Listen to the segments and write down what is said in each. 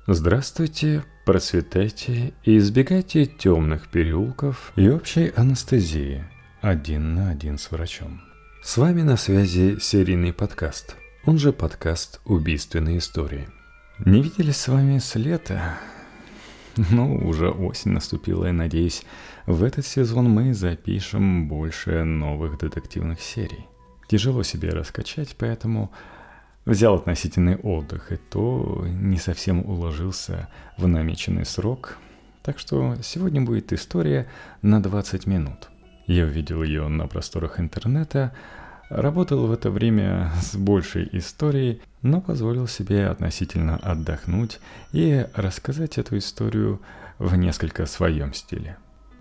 Здравствуйте, процветайте и избегайте темных переулков и общей анестезии один на один с врачом. С вами на связи серийный подкаст, он же подкаст «Убийственные истории». Не виделись с вами с лета, но уже осень наступила, и надеюсь, в этот сезон мы запишем больше новых детективных серий. Тяжело себе раскачать, поэтому взял относительный отдых, и то не совсем уложился в намеченный срок. Так что сегодня будет история на 20 минут. Я увидел ее на просторах интернета, работал в это время с большей историей, но позволил себе относительно отдохнуть и рассказать эту историю в несколько своем стиле.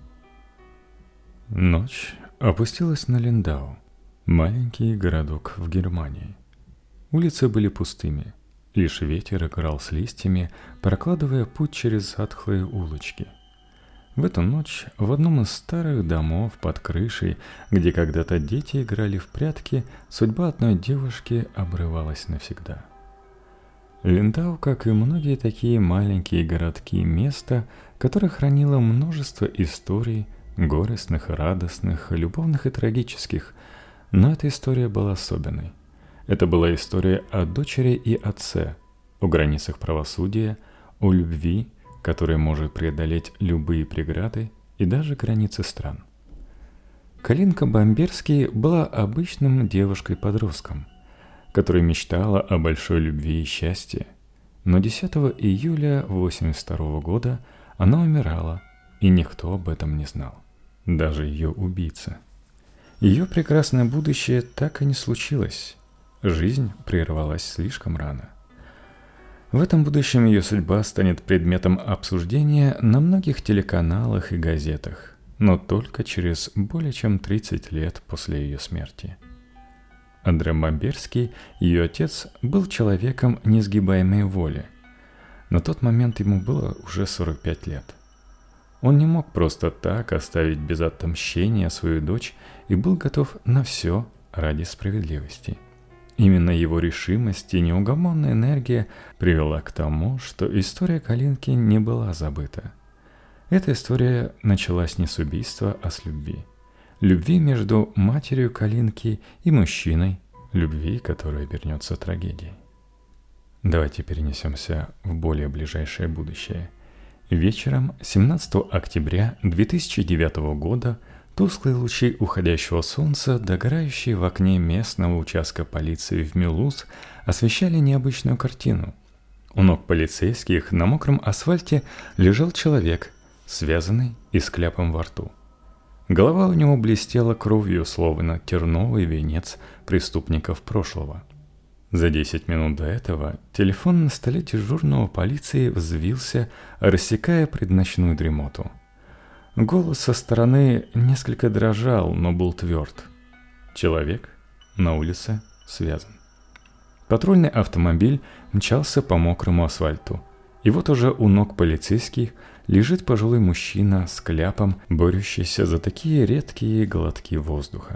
Ночь опустилась на Линдау, маленький городок в Германии. Улицы были пустыми, лишь ветер играл с листьями, прокладывая путь через затхлые улочки. В эту ночь в одном из старых домов под крышей, где когда-то дети играли в прятки, судьба одной девушки обрывалась навсегда. Линдау, как и многие такие маленькие городки, место, которое хранило множество историй, горестных, радостных, любовных и трагических, но эта история была особенной. Это была история о дочери и отце, о границах правосудия, о любви, которая может преодолеть любые преграды и даже границы стран. Калинка Бомберский была обычным девушкой-подростком, которая мечтала о большой любви и счастье, но 10 июля 1982 года она умирала, и никто об этом не знал, даже ее убийца. Ее прекрасное будущее так и не случилось. Жизнь прервалась слишком рано. В этом будущем ее судьба станет предметом обсуждения на многих телеканалах и газетах, но только через более чем 30 лет после ее смерти. Андре Бомберский, ее отец, был человеком несгибаемой воли. На тот момент ему было уже 45 лет. Он не мог просто так оставить без отмщения свою дочь и был готов на все ради справедливости. Именно его решимость и неугомонная энергия привела к тому, что история Калинки не была забыта. Эта история началась не с убийства, а с любви. Любви между матерью Калинки и мужчиной, любви, которая обернется трагедией. Давайте перенесемся в более ближайшее будущее. Вечером 17 октября 2009 года тусклые лучи уходящего солнца, догорающие в окне местного участка полиции в Мюлуз, освещали необычную картину. У ног полицейских на мокром асфальте лежал человек, связанный и с кляпом во рту. Голова у него блестела кровью, словно терновый венец преступников прошлого. За 10 минут до этого телефон на столе дежурного полиции взвился, рассекая предночную дремоту. Голос со стороны несколько дрожал, но был тверд. Человек на улице связан. Патрульный автомобиль мчался по мокрому асфальту. И вот уже у ног полицейских лежит пожилой мужчина с кляпом, борющийся за такие редкие глотки воздуха.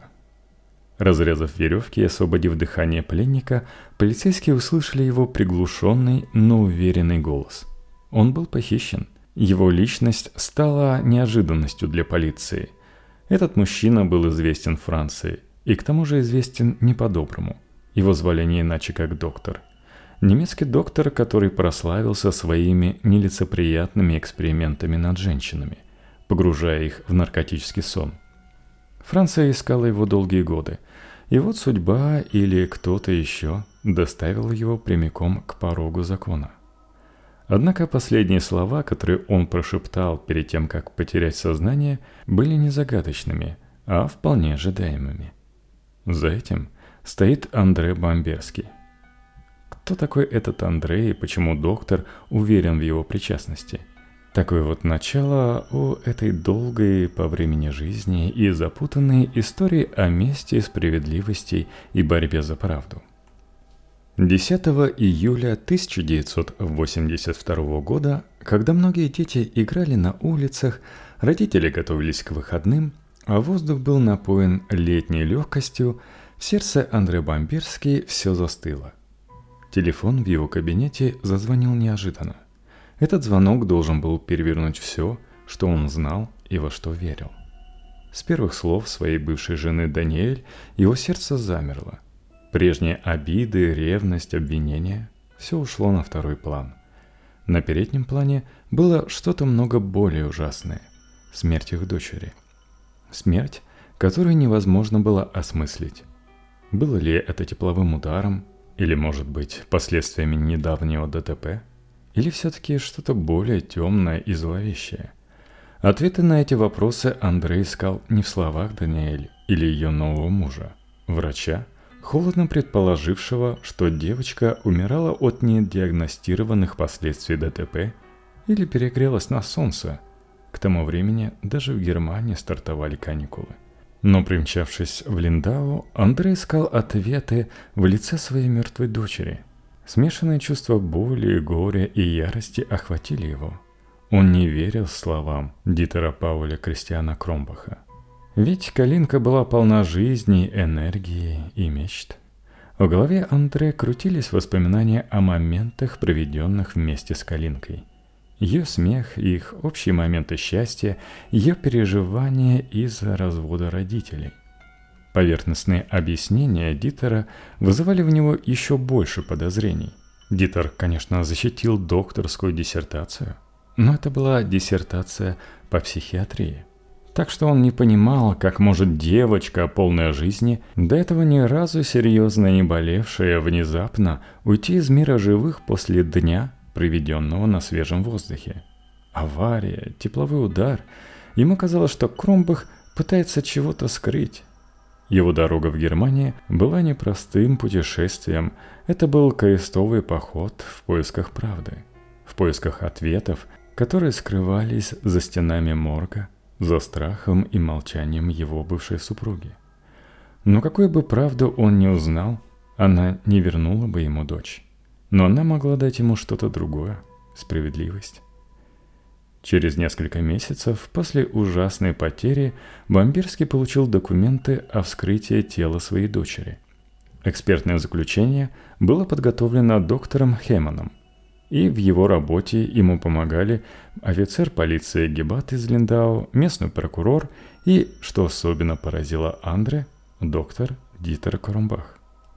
Разрезав веревки и освободив дыхание пленника, полицейские услышали его приглушенный, но уверенный голос. Он был похищен. Его личность стала неожиданностью для полиции. Этот мужчина был известен Франции, и к тому же известен не по-доброму. Его звали не иначе, как доктор. Немецкий доктор, который прославился своими нелицеприятными экспериментами над женщинами, погружая их в наркотический сон. Франция искала его долгие годы, и вот судьба или кто-то еще доставил его прямиком к порогу закона. Однако последние слова, которые он прошептал перед тем, как потерять сознание, были не загадочными, а вполне ожидаемыми. За этим стоит Андре Бомберский. Кто такой этот Андре и почему доктор уверен в его причастности? Такое вот начало у этой долгой по времени жизни и запутанной истории о мести, справедливости и борьбе за правду. 10 июля 1982 года, когда многие дети играли на улицах, родители готовились к выходным, а воздух был напоен летней легкостью, в сердце Андре Бомберский все застыло. Телефон в его кабинете зазвонил неожиданно. Этот звонок должен был перевернуть все, что он знал и во что верил. С первых слов своей бывшей жены Даниэль его сердце замерло. Прежние обиды, ревность, обвинения – все ушло на второй план. На переднем плане было что-то много более ужасное – смерть их дочери. Смерть, которую невозможно было осмыслить. Было ли это тепловым ударом, или, может быть, последствиями недавнего ДТП, или все-таки что-то более темное и зловещее? Ответы на эти вопросы Андрей искал не в словах Даниэль или ее нового мужа, врача, холодно предположившего, что девочка умирала от недиагностированных последствий ДТП или перегрелась на солнце. К тому времени даже в Германии стартовали каникулы. Но примчавшись в Линдау, Андрей искал ответы в лице своей мертвой дочери. Смешанные чувства боли, горя и ярости охватили его. Он не верил словам Дитера Пауля Кристиана Кромбаха. Ведь Калинка была полна жизни, энергии и мечт. В голове Андрея крутились воспоминания о моментах, проведенных вместе с Калинкой. Ее смех, их общие моменты счастья, ее переживания из-за развода родителей. Поверхностные объяснения Дитера вызывали в него еще больше подозрений. Дитер, конечно, защитил докторскую диссертацию, но это была диссертация по психиатрии. Так что он не понимал, как может девочка, полная жизни, до этого ни разу серьезно не болевшая, внезапно уйти из мира живых после дня, проведенного на свежем воздухе. Авария, тепловой удар. Ему казалось, что Кромбах пытается чего-то скрыть. Его дорога в Германии была непростым путешествием. Это был крестовый поход в поисках правды, в поисках ответов, которые скрывались за стенами морга, за страхом и молчанием его бывшей супруги. Но какую бы правду он ни узнал, она не вернула бы ему дочь. Но она могла дать ему что-то другое – справедливость. Через несколько месяцев после ужасной потери Бомберский получил документы о вскрытии тела своей дочери. Экспертное заключение было подготовлено доктором Хеманом, и в его работе ему помогали офицер полиции Гебат из Линдау, местный прокурор и, что особенно поразило Андре, доктор Дитер Кромбах.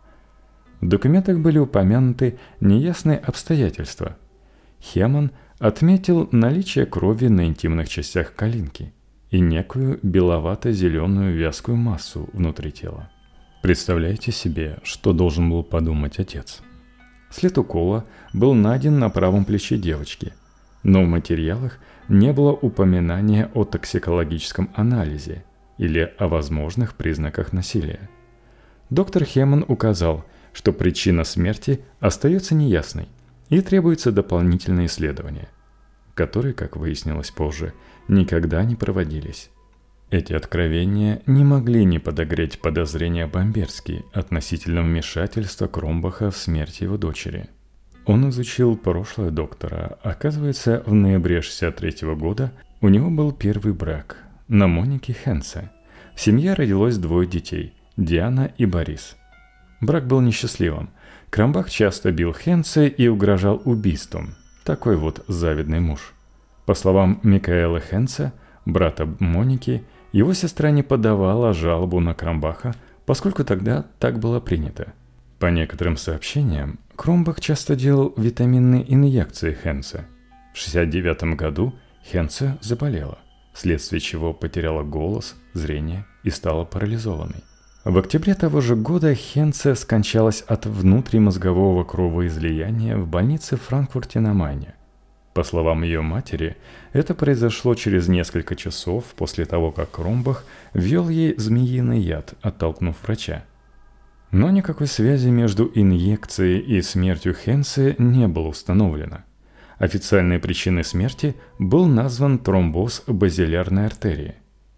В документах были упомянуты неясные обстоятельства. Хеман отметил наличие крови на интимных частях Калинки и некую беловато-зеленую вязкую массу внутри тела. Представляете себе, что должен был подумать отец? След укола был найден на правом плече девочки, но в материалах не было упоминания о токсикологическом анализе или о возможных признаках насилия. Доктор Хеман указал, что причина смерти остается неясной и требуется дополнительные исследования, которые, как выяснилось позже, никогда не проводились. Эти откровения не могли не подогреть подозрения Бомберски относительно вмешательства Кромбаха в смерть его дочери. Он изучил прошлое доктора. Оказывается, в ноябре 1963 года у него был первый брак на Монике Хенце. В семье родилось 2 детей – Диана и Борис. Брак был несчастливым. Кромбах часто бил Хенце и угрожал убийством. Такой вот завидный муж. По словам Микаэла Хенце, брата Моники, его сестра не подавала жалобу на Кромбаха, поскольку тогда так было принято. По некоторым сообщениям, Кромбах часто делал витаминные инъекции Хенце. В 1969 году Хенце заболела, вследствие чего потеряла голос, зрение и стала парализованной. В октябре того же года Хенце скончалась от внутримозгового кровоизлияния в больнице в Франкфурте на Майне. По словам ее матери, это произошло через несколько часов после того, как Кромбах ввел ей змеиный яд, оттолкнув врача. Но никакой связи между инъекцией и смертью Хенце не было установлено. Официальной причиной смерти был назван тромбоз базилярной артерии.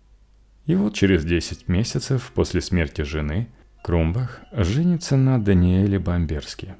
И вот через 10 месяцев после смерти жены Кромбах женится на Даниэле Бомберски.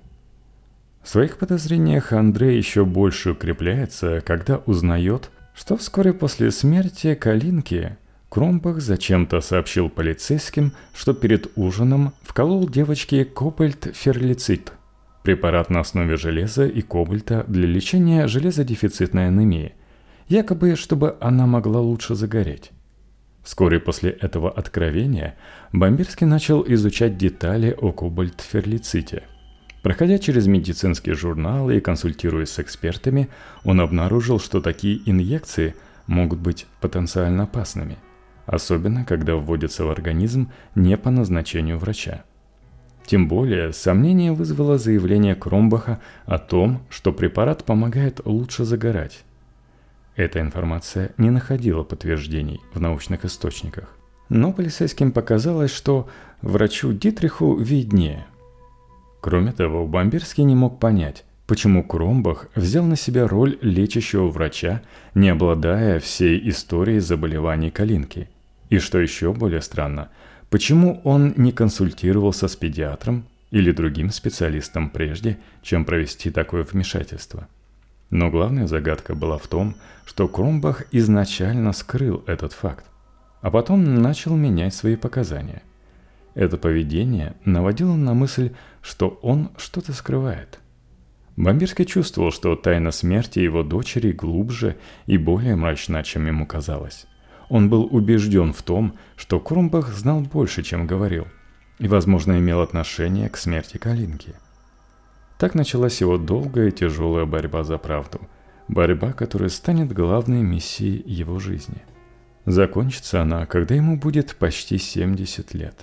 В своих подозрениях Андрей еще больше укрепляется, когда узнает, что вскоре после смерти Калинки Кромбах зачем-то сообщил полицейским, что перед ужином вколол девочке кобальт-ферлицит. Препарат на основе железа и кобальта для лечения железодефицитной анемии, якобы чтобы она могла лучше загореть. Вскоре после этого откровения Бомбирский начал изучать детали о кобальт-ферлиците. Проходя через медицинские журналы и консультируясь с экспертами, он обнаружил, что такие инъекции могут быть потенциально опасными, особенно когда вводятся в организм не по назначению врача. Тем более, сомнение вызвало заявление Кромбаха о том, что препарат помогает лучше загорать. Эта информация не находила подтверждений в научных источниках. Но полицейским показалось, что врачу Дитриху виднее. Кроме того, Бомбирский не мог понять, почему Кромбах взял на себя роль лечащего врача, не обладая всей историей заболеваний Калинки. И что еще более странно, почему он не консультировался с педиатром или другим специалистом прежде, чем провести такое вмешательство. Но главная загадка была в том, что Кромбах изначально скрыл этот факт, а потом начал менять свои показания. Это поведение наводило на мысль, что он что-то скрывает. Бомбирский чувствовал, что тайна смерти его дочери глубже и более мрачна, чем ему казалось. Он был убежден в том, что Кромбах знал больше, чем говорил, и, возможно, имел отношение к смерти Калинки. Так началась его долгая и тяжелая борьба за правду. Борьба, которая станет главной миссией его жизни. Закончится она, когда ему будет почти 70 лет.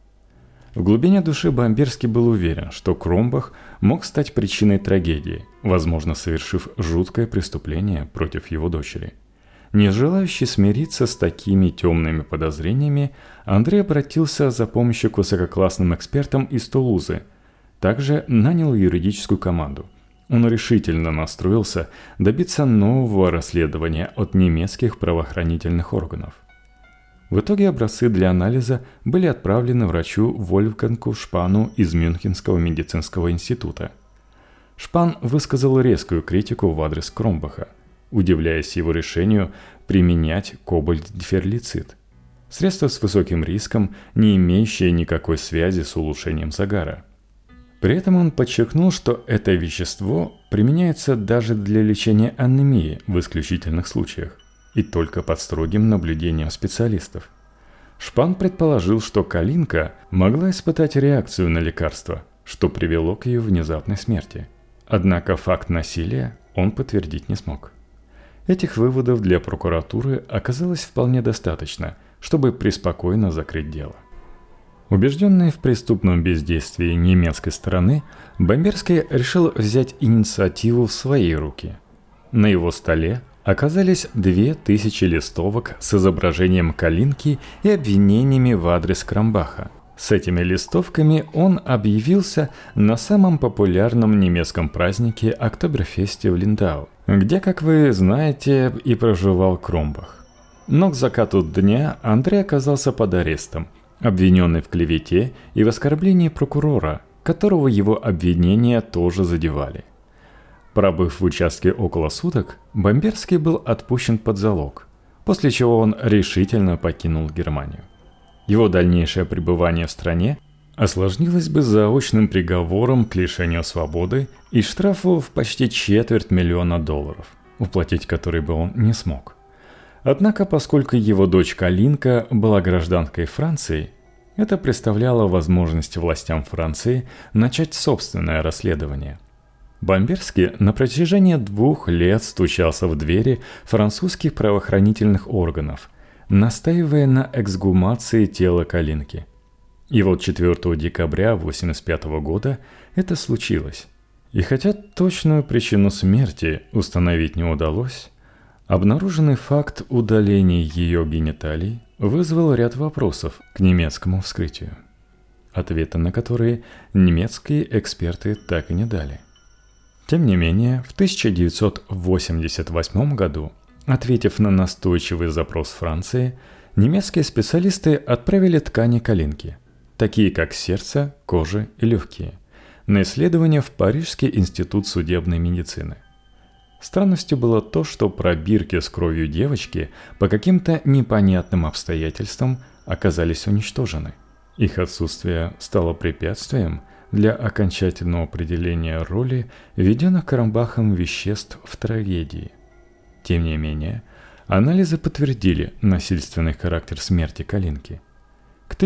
В глубине души Бомбирский был уверен, что Кромбах мог стать причиной трагедии, возможно, совершив жуткое преступление против его дочери. Не желающий смириться с такими темными подозрениями, Андрей обратился за помощью к высококлассным экспертам из Тулузы. Также нанял юридическую команду. Он решительно настроился добиться нового расследования от немецких правоохранительных органов. В итоге образцы для анализа были отправлены врачу Вольфгангу Шпану из Мюнхенского медицинского института. Шпан высказал резкую критику в адрес Кромбаха, удивляясь его решению применять кобальт-ферлицит, средство с высоким риском, не имеющее никакой связи с улучшением загара. При этом он подчеркнул, что это вещество применяется даже для лечения анемии в исключительных случаях и только под строгим наблюдением специалистов. Шпан предположил, что Калинка могла испытать реакцию на лекарство, что привело к ее внезапной смерти. Однако факт насилия он подтвердить не смог. Этих выводов для прокуратуры оказалось вполне достаточно, чтобы преспокойно закрыть дело. Убежденный в преступном бездействии немецкой стороны, Бомбирский решил взять инициативу в свои руки. На его столе оказались 2000 листовок с изображением Калинки и обвинениями в адрес Кромбаха. С этими листовками он объявился на самом популярном немецком празднике Октоберфесте в Линдау, где, как вы знаете, и проживал Кромбах. Но к закату дня Андрей оказался под арестом, обвиненный в клевете и в оскорблении прокурора, которого его обвинения тоже задевали. Пробыв в участке около суток, Бомбирский был отпущен под залог, после чего он решительно покинул Германию. Его дальнейшее пребывание в стране осложнилось бы заочным приговором к лишению свободы и штрафу в почти $250 000, уплатить который бы он не смог. Однако, поскольку его дочь Калинка была гражданкой Франции, это представляло возможность властям Франции начать собственное расследование. Бомбирский на протяжении 2 лет стучался в двери французских правоохранительных органов, настаивая на эксгумации тела Калинки. И вот 4 декабря 1985 года это случилось. И хотя точную причину смерти установить не удалось, обнаруженный факт удаления ее гениталий вызвал ряд вопросов к немецкому вскрытию, ответы на которые немецкие эксперты так и не дали. Тем не менее, в 1988 году, ответив на настойчивый запрос Франции, немецкие специалисты отправили ткани Калинки, такие как сердце, кожа и легкие, на исследование в Парижский институт судебной медицины. Странностью было то, что пробирки с кровью девочки по каким-то непонятным обстоятельствам оказались уничтожены. Их отсутствие стало препятствием для окончательного определения роли введенных Карамбахом веществ в трагедии. Тем не менее, анализы подтвердили насильственный характер смерти Калинки. К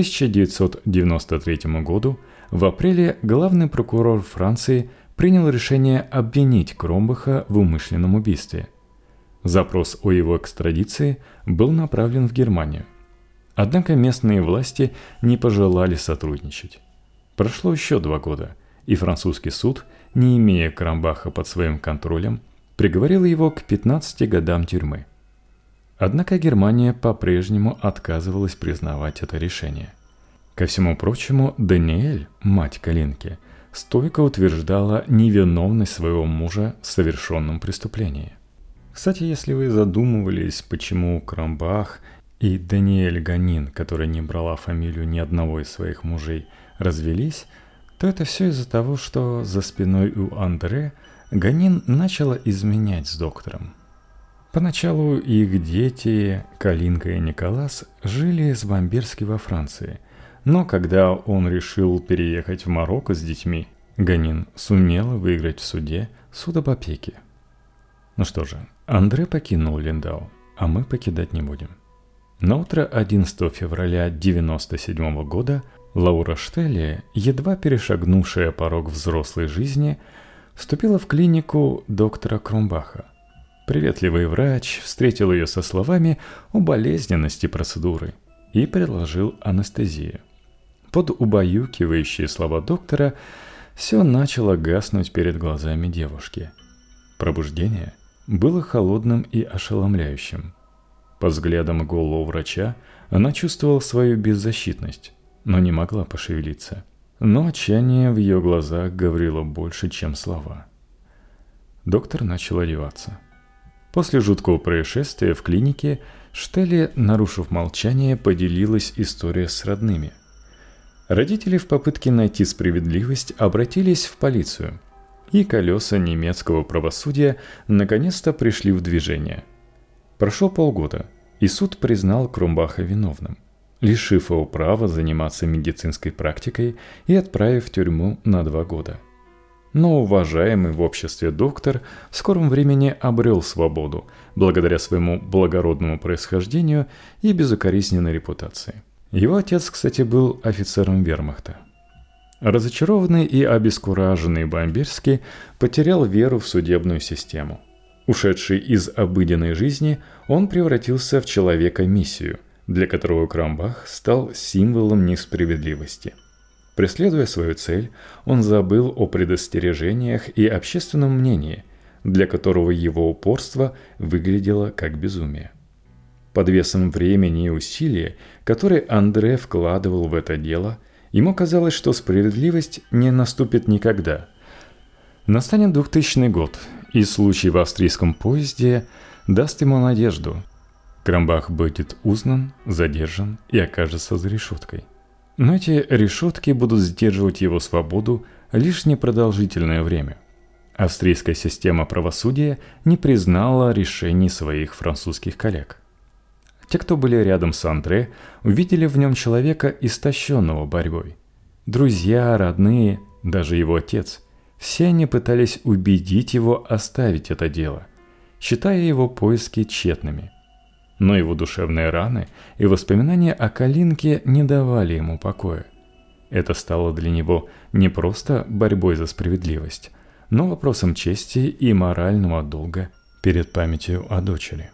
1993 году в апреле главный прокурор Франции принял решение обвинить Кромбаха в умышленном убийстве. Запрос о его экстрадиции был направлен в Германию. Однако местные власти не пожелали сотрудничать. Прошло еще 2 года, и французский суд, не имея Кромбаха под своим контролем, приговорил его к 15 годам тюрьмы. Однако Германия по-прежнему отказывалась признавать это решение. Ко всему прочему, Даниэль, мать Калинки, стойко утверждала невиновность своего мужа в совершенном преступлении. Кстати, если вы задумывались, почему Кромбах и Даниэль Ганин, которая не брала фамилию ни одного из своих мужей, развелись, то это все из-за того, что за спиной у Андре Ганин начала изменять с доктором. Поначалу их дети, Калинка и Николас, жили с Бомберски во Франции, но когда он решил переехать в Марокко с детьми, Ганин сумела выиграть в суде суд об опеке. Ну что же, Андре покинул Линдау, а мы покидать не будем. На утро 11 февраля 1997 года Лаура Штелли, едва перешагнувшая порог взрослой жизни, вступила в клинику доктора Кромбаха. Приветливый врач встретил ее со словами о болезненности процедуры и предложил анестезию. Под убаюкивающие слова доктора все начало гаснуть перед глазами девушки. Пробуждение было холодным и ошеломляющим. По взглядам голого врача она чувствовала свою беззащитность, но не могла пошевелиться. Но отчаяние в ее глазах говорило больше, чем слова. Доктор начал одеваться. После жуткого происшествия в клинике Штелли, нарушив молчание, поделилась историей с родными. Родители в попытке найти справедливость обратились в полицию, и колеса немецкого правосудия наконец-то пришли в движение. Прошло полгода, и суд признал Кромбаха виновным, лишив его права заниматься медицинской практикой и отправив в тюрьму на 2 года. Но уважаемый в обществе доктор в скором времени обрел свободу благодаря своему благородному происхождению и безукоризненной репутации. Его отец, кстати, был офицером вермахта. Разочарованный и обескураженный Бомберски потерял веру в судебную систему. Ушедший из обыденной жизни, он превратился в человека-миссию, для которого Кромбах стал символом несправедливости. Преследуя свою цель, он забыл о предостережениях и общественном мнении, для которого его упорство выглядело как безумие. Под весом времени и усилий, которые Андре вкладывал в это дело, ему казалось, что справедливость не наступит никогда. Настанет 2000 год, и случай в австрийском поезде даст ему надежду. Кромбах будет узнан, задержан и окажется за решеткой. Но эти решетки будут сдерживать его свободу лишь непродолжительное время. Австрийская система правосудия не признала решений своих французских коллег. Те, кто были рядом с Андре, увидели в нем человека, истощенного борьбой. Друзья, родные, даже его отец – все они пытались убедить его оставить это дело, считая его поиски тщетными. Но его душевные раны и воспоминания о Калинке не давали ему покоя. Это стало для него не просто борьбой за справедливость, но вопросом чести и морального долга перед памятью о дочери.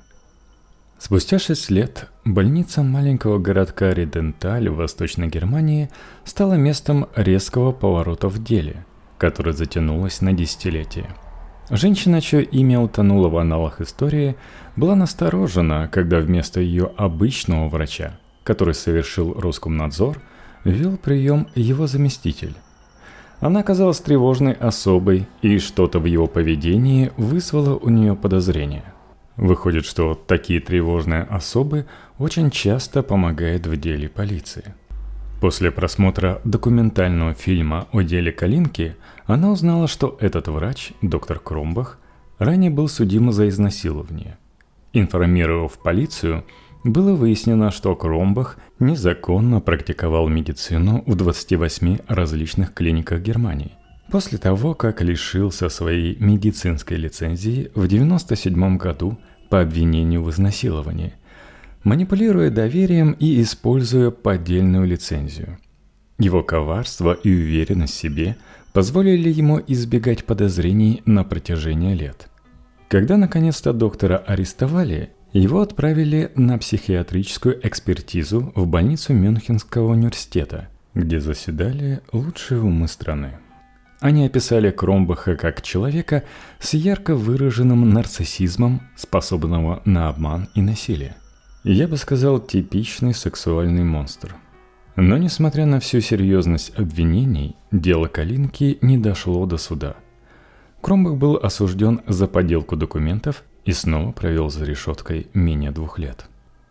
Спустя 6 лет больница маленького городка Риденталь в Восточной Германии стала местом резкого поворота в деле, которое затянулось на десятилетия. Женщина, чье имя утонуло в аналах истории, была насторожена, когда вместо ее обычного врача, который совершил Роскомнадзор, вел прием его заместитель. Она оказалась тревожной особой, и что-то в его поведении вызвало у нее подозрение. Выходит, что такие тревожные особы очень часто помогают в деле полиции. После просмотра документального фильма о деле Калинки, она узнала, что этот врач, доктор Кромбах, ранее был судим за изнасилование. Информировав полицию, было выяснено, что Кромбах незаконно практиковал медицину в 28 различных клиниках Германии. После того, как лишился своей медицинской лицензии в 1997 году по обвинению в изнасиловании, манипулируя доверием и используя поддельную лицензию. Его коварство и уверенность в себе позволили ему избегать подозрений на протяжении лет. Когда наконец-то доктора арестовали, его отправили на психиатрическую экспертизу в больницу Мюнхенского университета, где заседали лучшие умы страны. Они описали Кромбаха как человека с ярко выраженным нарциссизмом, способного на обман и насилие. Я бы сказал, типичный сексуальный монстр. Но несмотря на всю серьезность обвинений, дело Калинки не дошло до суда. Кромбах был осужден за подделку документов и снова провел за решеткой менее 2 лет.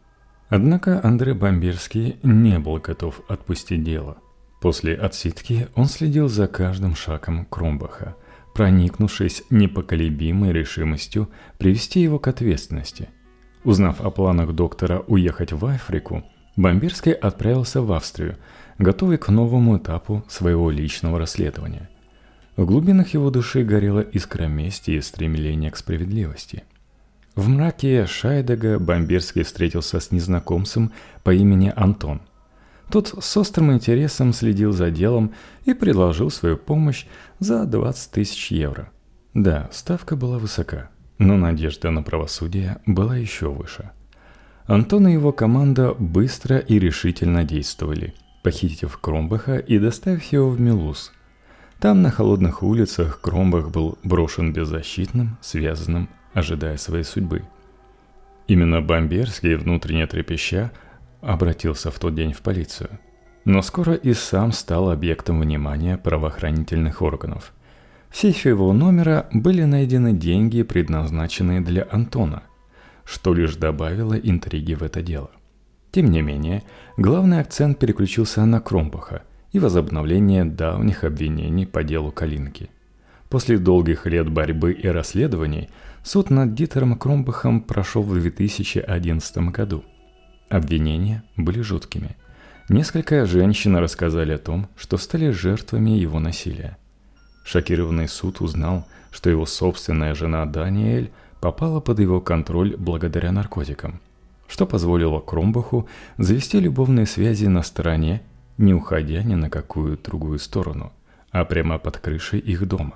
Однако Андре Бомберский не был готов отпустить дело. После отсидки он следил за каждым шагом Кромбаха, проникнувшись непоколебимой решимостью привести его к ответственности. Узнав о планах доктора уехать в Африку, Бомберский отправился в Австрию, готовый к новому этапу своего личного расследования. В глубинах его души горела искра мести и стремление к справедливости. В мраке Шайдега Бомберский встретился с незнакомцем по имени Антон. Тот с острым интересом следил за делом и предложил свою помощь за 20 тысяч евро. Да, ставка была высока, но надежда на правосудие была еще выше. Антон и его команда быстро и решительно действовали, похитив Кромбаха и доставив его в Мюлуз. Там, на холодных улицах, Кромбах был брошен беззащитным, связанным, ожидая своей судьбы. Именно Бомберский, внутренне трепеща, обратился в тот день в полицию. Но скоро и сам стал объектом внимания правоохранительных органов. В сейфе его номера были найдены деньги, предназначенные для Антона, что лишь добавило интриги в это дело. Тем не менее, главный акцент переключился на Кромбаха и возобновление давних обвинений по делу Калинки. После долгих лет борьбы и расследований суд над Дитером Кромбахом прошел в 2011 году. Обвинения были жуткими. Несколько женщин рассказали о том, что стали жертвами его насилия. Шокированный суд узнал, что его собственная жена Даниэль попала под его контроль благодаря наркотикам, что позволило Кромбаху завести любовные связи на стороне, не уходя ни на какую другую сторону, а прямо под крышей их дома.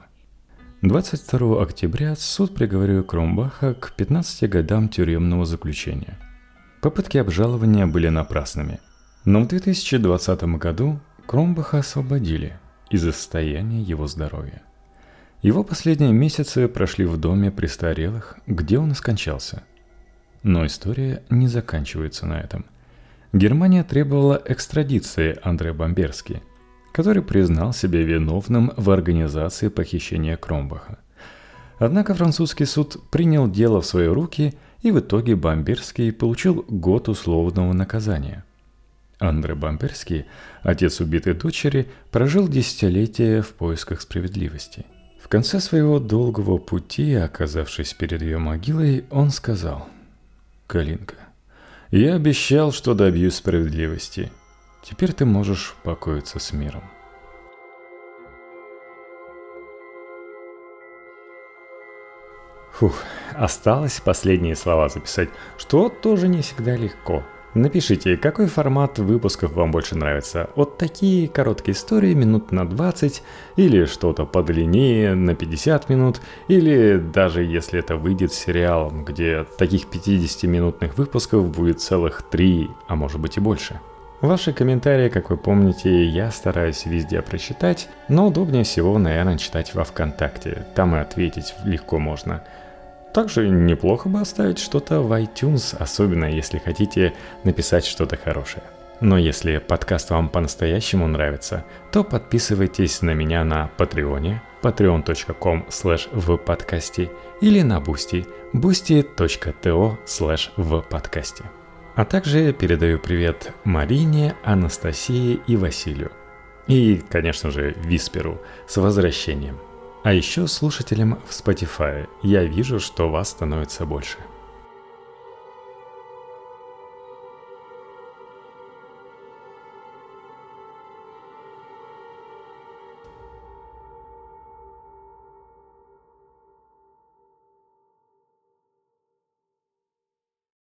22 октября суд приговорил Кромбаха к 15 годам тюремного заключения. Попытки обжалования были напрасными, но в 2020 году Кромбаха освободили из-за состояния его здоровья. Его последние месяцы прошли в доме престарелых, где он и скончался. Но история не заканчивается на этом. Германия требовала экстрадиции Андре Бомберски, который признал себя виновным в организации похищения Кромбаха. Однако французский суд принял дело в свои руки, и в итоге Бомберский получил год условного наказания. Андре Бомберский, отец убитой дочери, прожил десятилетия в поисках справедливости. В конце своего долгого пути, оказавшись перед ее могилой, он сказал: «Калинка, я обещал, что добьюсь справедливости. Теперь ты можешь покоиться с миром». Осталось последние слова записать, что тоже не всегда легко. Напишите, какой формат выпусков вам больше нравится. Вот такие короткие истории минут на 20, или что-то подлиннее на 50 минут, или даже если это выйдет сериалом, где таких 50-минутных выпусков будет целых 3, а может быть и больше. Ваши комментарии, как вы помните, я стараюсь везде прочитать, но удобнее всего, наверное, читать во ВКонтакте. Там и ответить легко можно. Также неплохо бы оставить что-то в iTunes, особенно если хотите написать что-то хорошее. Но если подкаст вам по-настоящему нравится, то подписывайтесь на меня на Патреоне, patreon.com/vpodcasте или на Boosty, boosty.to/vpodcasте. А также я передаю привет Марине, Анастасии и Василию. И, конечно же, Висперу с возвращением. А еще слушателям в Spotify. Я вижу, что вас становится больше.